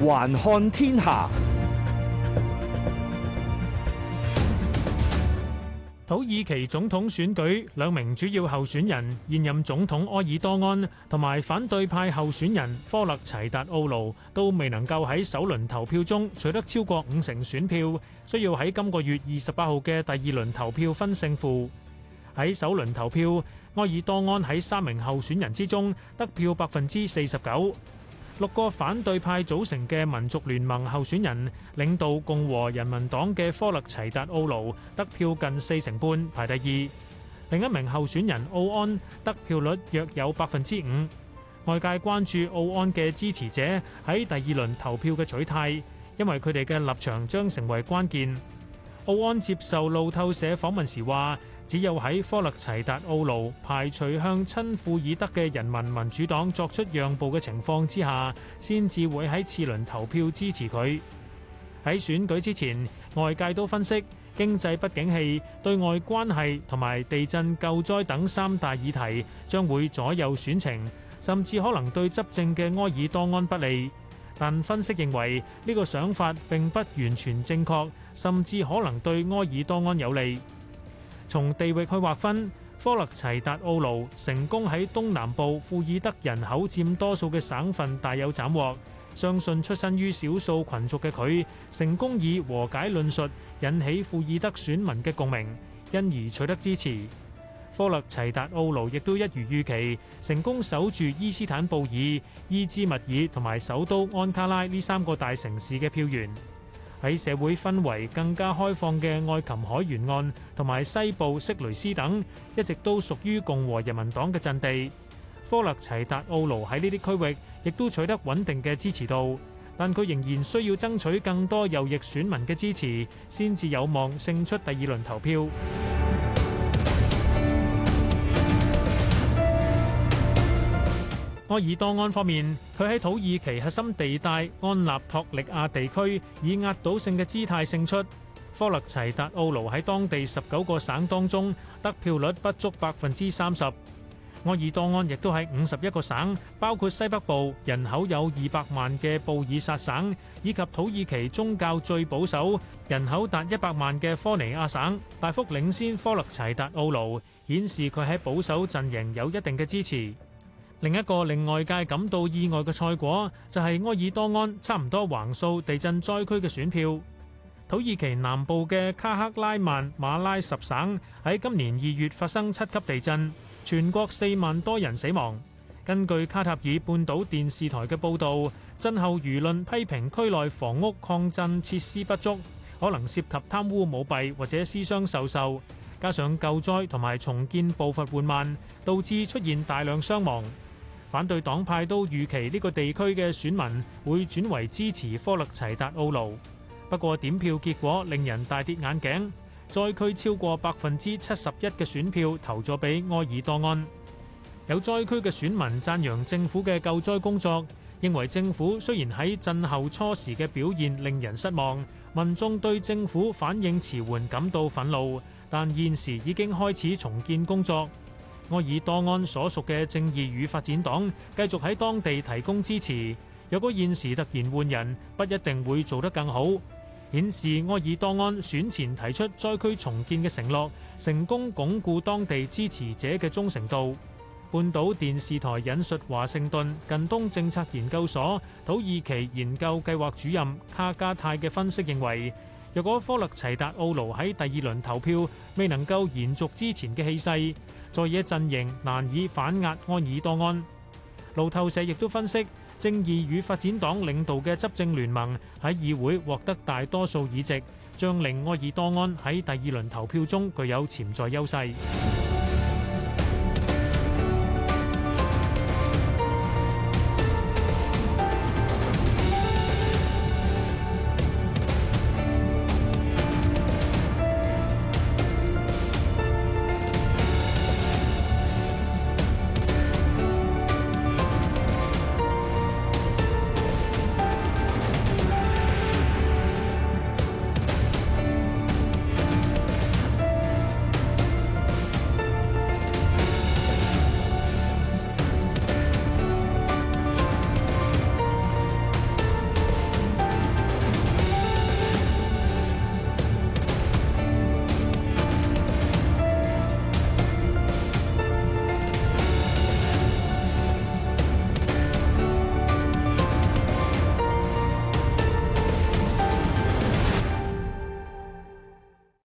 環看天下。 土耳其總統選舉兩名主要候選人，現任總統埃爾多安同埋反對派候選人科勒齊達奧盧都未能夠喺首輪投票中取得超過50%選票，需要喺今個月28號嘅第二輪投票分勝負。喺首輪投票，埃爾多安喺3名候選人之中得票49%。6個反對派組成嘅民族聯盟候選人領導共和人民黨嘅科勒齊達奧盧得票近40%，排第二。另一名候選人奧安得票率約有5%。外界關注奧安嘅支持者喺第二輪投票嘅取態，因為佢哋嘅立場將成為關鍵。奧安接受路透社訪問時話，只有喺科勒齊達奧盧排除向親庫爾德嘅人民民主黨作出讓步嘅情況之下，先至會喺次輪投票支持佢。喺選舉之前，外界都分析經濟不景氣、對外關係同埋地震救災等3大議題將會左右選情，甚至可能對執政嘅埃爾多安不利。但分析認為呢個想法並不完全正確，甚至可能對埃爾多安有利。從地域去劃分，科勒齊達奧盧成功喺東南部庫爾德人口佔多數嘅省份大有斬獲，相信出身於少數群族嘅佢，成功以和解論述引起庫爾德選民嘅共鳴，因而取得支持。科勒齊達奧盧亦都一如預期，成功守住伊斯坦布爾、伊茲密爾同埋首都安卡拉呢3個大城市嘅票源。喺社會氛圍更加開放嘅愛琴海沿岸同埋西部色雷斯等，一直都屬於共和人民黨嘅陣地。科勒齊達奧盧喺呢啲區域亦都取得穩定嘅支持度，但佢仍然需要爭取更多右翼選民嘅支持，先至有望勝出第二輪投票。埃爾多安方面，佢喺土耳其核心地帶安納托利亞地區以壓倒性嘅姿態勝出。科勒齊達奧盧喺當地19個省當中得票率不足30%。埃爾多安亦都喺51個省，包括西北部人口有200萬嘅布爾薩省，以及土耳其宗教最保守、人口達100萬嘅科尼亞省，大幅領先科勒齊達奧盧，顯示佢喺保守陣營有一定嘅支持。另一個令外界感到意外嘅賽果，就係埃爾多安差唔多橫掃地震災區嘅選票。土耳其南部嘅卡克拉曼馬拉什省喺今年2月發生7級地震，全國4萬多人死亡。根據卡塔爾半島電視台嘅報導，震後輿論批評區內房屋抗震設施不足，可能涉及貪污舞弊或者私相授受，加上救災同埋重建步伐緩慢，導致出現大量傷亡。反對黨派都預期呢個地區嘅選民會轉為支持科勒齊達奧盧，不過點票結果令人大跌眼鏡，災區超過71%嘅選票投咗俾埃爾多安。有災區嘅選民讚揚政府嘅救災工作，認為政府雖然喺震後初時嘅表現令人失望，民眾對政府反應遲緩感到憤怒，但現時已經開始重建工作。埃爾多安所屬嘅正義與發展黨繼續喺當地提供支持，若果現時突然換人，不一定會做得更好，顯示埃爾多安選前提出災區重建嘅承諾，成功鞏固當地支持者嘅忠誠度。半島電視台引述華盛頓近東政策研究所土耳其研究計劃主任卡加泰嘅分析認為，若果科勒齊達奧盧喺第二輪投票未能夠延續之前嘅氣勢，在野陣營難以反壓埃爾多安。路透社亦都分析，正義與發展黨領導嘅執政聯盟喺議會獲得大多數議席，將令埃爾多安喺第二輪投票中具有潛在優勢。